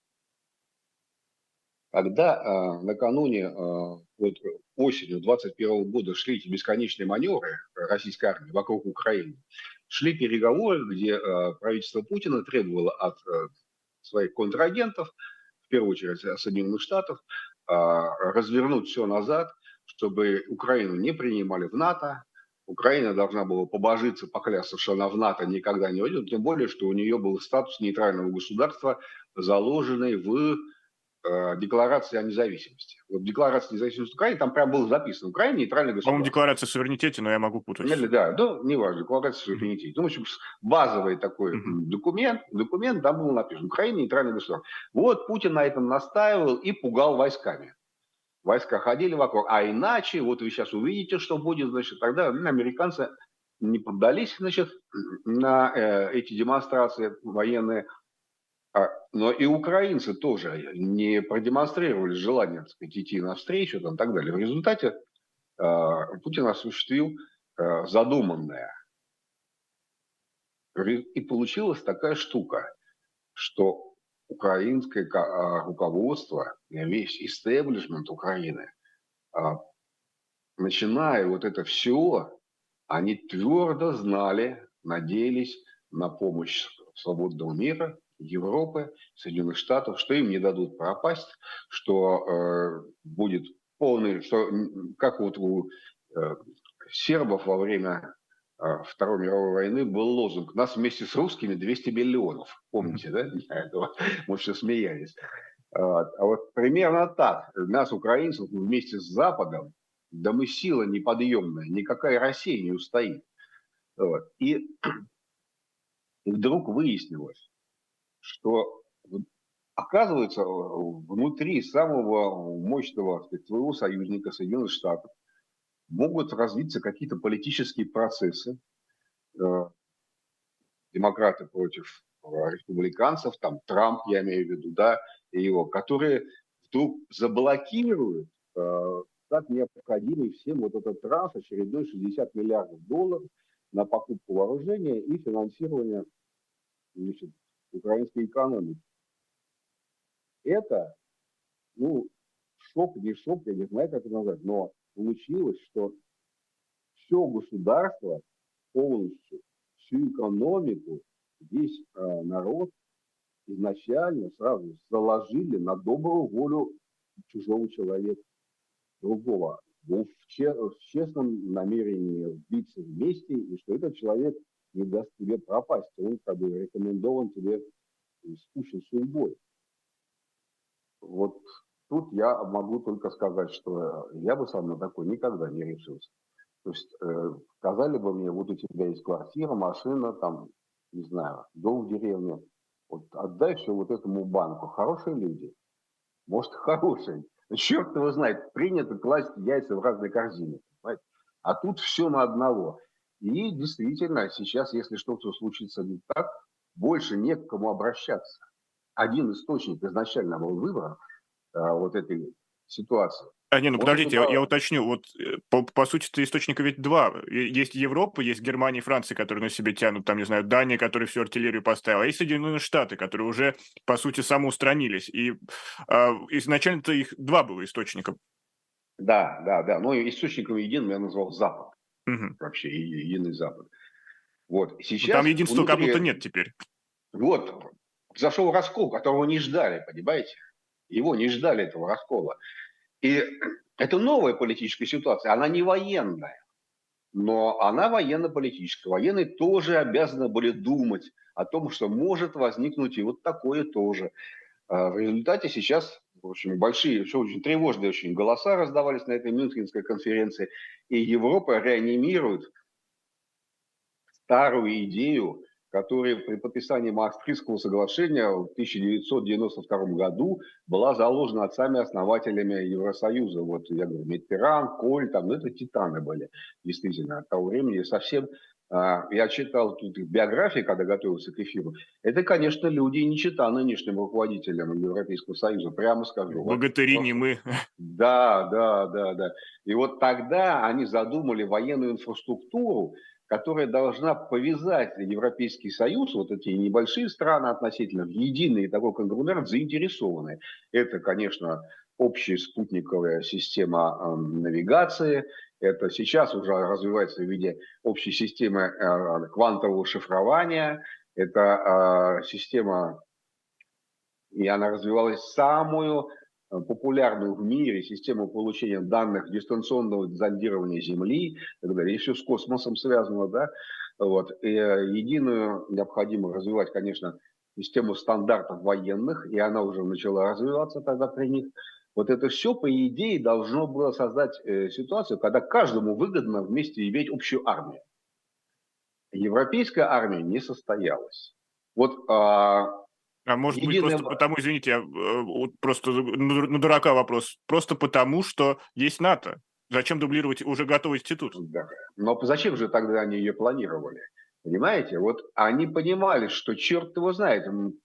Когда накануне вот осенью 2021 года шли эти бесконечные маневры российской армии вокруг Украины, шли переговоры, где правительство Путина требовало от своих контрагентов, в первую очередь Соединенных Штатов, развернуть все назад, чтобы Украину не принимали в НАТО. Украина должна была побожиться, поклясться, что она в НАТО никогда не войдет, тем более, что у нее был статус нейтрального государства, заложенный в Декларации о независимости. Вот Декларация о независимости Украины, там прям было записано: Украина нейтральное По-моему, государство. декларация о суверенитете, но я могу путать. Да, ну, неважно, декларация о Мгм. суверенитете. Ну, в общем, базовый такой Мгм. документ, там было написано: Украина нейтральное государство. Вот Путин на этом настаивал и пугал войсками. Войска ходили вокруг. А иначе, вот вы сейчас увидите, что будет, значит, тогда американцы не поддались, значит, на эти демонстрации военные. Но и украинцы тоже не продемонстрировали желание, так сказать, идти навстречу и так далее. В результате Путин осуществил задуманное. И получилась такая штука, что украинское руководство, весь истеблишмент Украины, а, начиная вот это все, они твердо знали, надеялись на помощь свободного мира, Европы, Соединенных Штатов, что им не дадут пропасть, что будет полный, что как вот у э, сербов во время Второй мировой войны был лозунг: нас вместе с русскими 200 миллионов. Мгм. Помните, да? Этого? Мы все смеялись. А вот примерно так. Нас, украинцев, вместе с Западом, да мы сила неподъемная, никакая Россия не устоит. Вот. И вдруг выяснилось, что оказывается внутри самого мощного, так сказать, своего союзника Соединенных Штатов могут развиться какие-то политические процессы, э, демократы против республиканцев, там Трамп, я имею в виду, да, и его, которые вдруг заблокируют так необходимый всем вот этот транс, очередной 60 миллиардов долларов на покупку вооружения и финансирование, значит, украинской экономики. Это, ну, шок, не шок, я не знаю, как это назвать, но получилось, что все государство полностью, всю экономику, весь народ изначально сразу заложили на добрую волю чужого человека, другого, в честном намерении биться вместе, и что этот человек не даст тебе пропасть, он как бы рекомендован тебе спущен судьбой. Вот тут я могу только сказать, что я бы сам на такой никогда не решился. То есть сказали бы мне: вот у тебя есть квартира, машина, там, не знаю, дом в деревне, вот отдай все вот этому банку. Хорошие люди, может, хорошие. Черт его знает, принято класть яйца в разные корзины. Понимаете? А тут все на одного. И действительно, сейчас, если что-то случится не так, больше не к кому обращаться. Один источник изначально был выбран вот этой ситуации. Не, ну Может быть, подождите, я уточню. Вот по сути-то источника ведь два. Есть Европа, есть Германия и Франция, которые на себе тянут, там, не знаю, Дания, которая всю артиллерию поставила, а есть Соединенные Штаты, которые уже, по сути, самоустранились. И изначально-то их два было источника. да, да, да. Но источником единым я назвал Запад. Мгм. Вообще единый Запад. Вот. Ну, там Сейчас единства как будто внутри... нет теперь. Вот. Зашел раскол, которого не ждали, понимаете? Его не ждали, этого раскола. И Это новая политическая ситуация, она не военная, но она военно-политическая. Военные тоже обязаны были думать о том, что может возникнуть и вот такое тоже. В результате сейчас, в общем, большие, все очень тревожные очень голоса раздавались на этой Мюнхенской конференции, и Европа реанимирует старую идею, которая при подписании Маастрихтского соглашения в 1992 году была заложена отцами-основателями Евросоюза. Вот я говорю, Миттеран, Коль, там, ну, это титаны были, действительно, от того времени совсем. Я читал тут их биографии, когда готовился к эфиру. Это, конечно, люди, не чита нынешним руководителям Европейского Союза, прямо скажу. Вот Богатыри не просто... мы. Да, да, да, да. И вот тогда они задумали военную инфраструктуру, которая должна повязать Европейский Союз, вот эти небольшие страны относительно, в единый такой конгломерат заинтересованные. Это, конечно, общая спутниковая система навигации, это сейчас уже развивается в виде общей системы квантового шифрования, это система, и она развивалась самую популярную в мире систему получения данных дистанционного зондирования Земли, и так далее, еще с космосом связанного, да, вот. И единую необходимо развивать, конечно, систему стандартов военных, и она уже начала развиваться тогда при них. Вот это все, по идее, должно было создать ситуацию, когда каждому выгодно вместе иметь общую армию. Европейская армия не состоялась. Вот А может быть, единая... просто потому, извините, я вот просто на дурака вопрос, просто потому, что есть НАТО. Зачем дублировать уже готовый институт? Да. Но зачем же тогда они ее планировали? Понимаете? Вот они понимали, что черт его знает,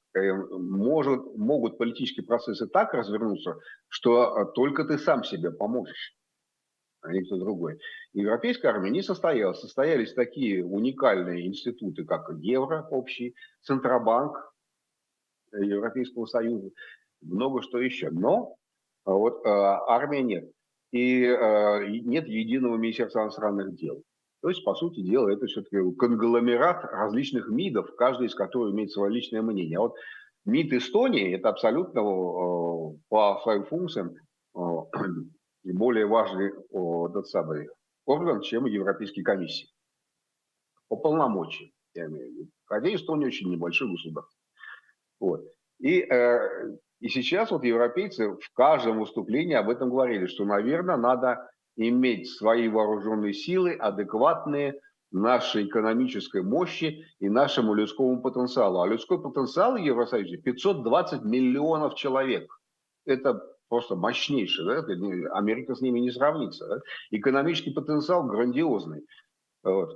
могут политические процессы так развернуться, что только ты сам себе поможешь, а никто другой. Европейская армия не состоялась. Состоялись такие уникальные институты, как Евро общий, Центробанк Европейского Союза, много что еще. Но вот армии нет. И нет единого Министерства иностранных дел. То есть, по сути дела, это все-таки конгломерат различных МИДов, каждый из которых имеет свое личное мнение. А вот МИД Эстонии – это абсолютно по своим функциям более важный тот самый орган, чем Европейская комиссия. По полномочиям, я имею в виду. Хотя Эстония очень небольшое государство. Вот. И сейчас вот европейцы в каждом выступлении об этом говорили, что, наверное, надо иметь свои вооруженные силы, адекватные нашей экономической мощи и нашему людскому потенциалу. А людской потенциал в Евросоюзе 520 миллионов человек. Это просто мощнейший. Да? Америка с ними не сравнится. Да? Экономический потенциал грандиозный. Вот.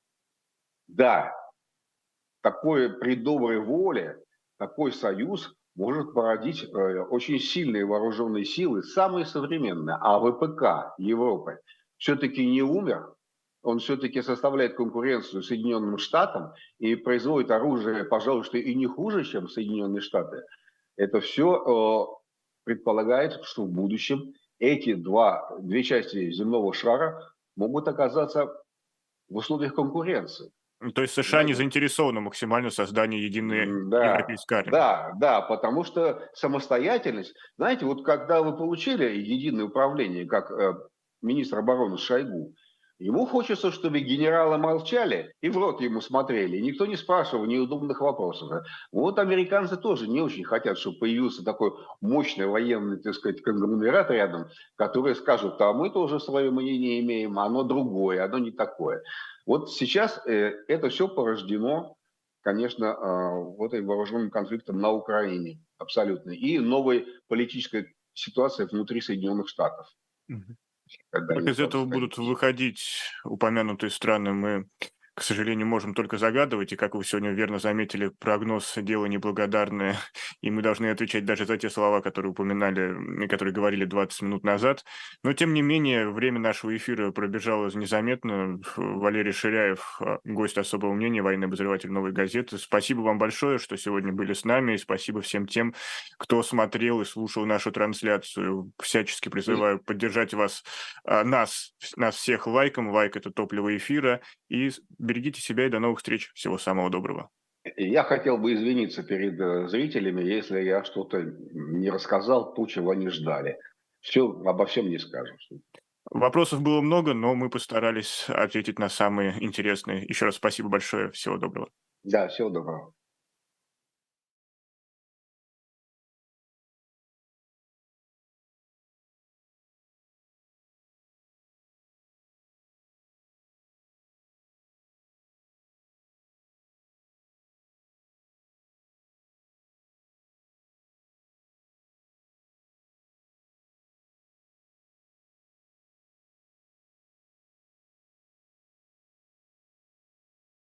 Да, такое при доброй воле, такой союз может породить очень сильные вооруженные силы, самые современные. А ВПК Европы все-таки не умер, он все-таки составляет конкуренцию Соединенным Штатам и производит оружие, пожалуй, что и не хуже, чем Соединенные Штаты. Это все предполагает, что в будущем эти две части земного шара могут оказаться в условиях конкуренции. То есть США не Понимаете? заинтересованы максимально в создании единой Да, европейской армии. да, да, потому что самостоятельность, знаете, вот когда вы получили единое управление, как министр обороны Шойгу, ему хочется, чтобы генералы молчали и в рот ему смотрели, и никто не спрашивал неудобных вопросов. Вот американцы тоже не очень хотят, чтобы появился такой мощный военный, так сказать, конгломерат рядом, которые скажут, а мы тоже свое мнение имеем, оно другое, оно не такое. Вот сейчас это все порождено, конечно, вот этим вооруженным конфликтом на Украине, абсолютно, и новой политической ситуации внутри Соединенных Штатов, Мгм. когда Как они из стали этого будут сходиться. выходить упомянутые страны, мы, к сожалению, можем только загадывать. И, как вы сегодня верно заметили, прогноз – дело неблагодарное, и мы должны отвечать даже за те слова, которые упоминали, и которые говорили 20 минут назад. Но, тем не менее, время нашего эфира пробежало незаметно. Валерий Ширяев, гость особого мнения, военный обозреватель «Новой газеты». Спасибо вам большое, что сегодня были с нами, и спасибо всем тем, кто смотрел и слушал нашу трансляцию. Всячески призываю поддержать вас, нас всех лайком. Лайк – это топливо эфира. И берегите себя, и до новых встреч. Всего самого доброго. Я хотел бы извиниться перед зрителями, если я что-то не рассказал, то, чего они ждали. Все, обо всем не скажешь. Вопросов было много, но мы постарались ответить на самые интересные. Еще раз спасибо большое. Всего доброго. Да, всего доброго.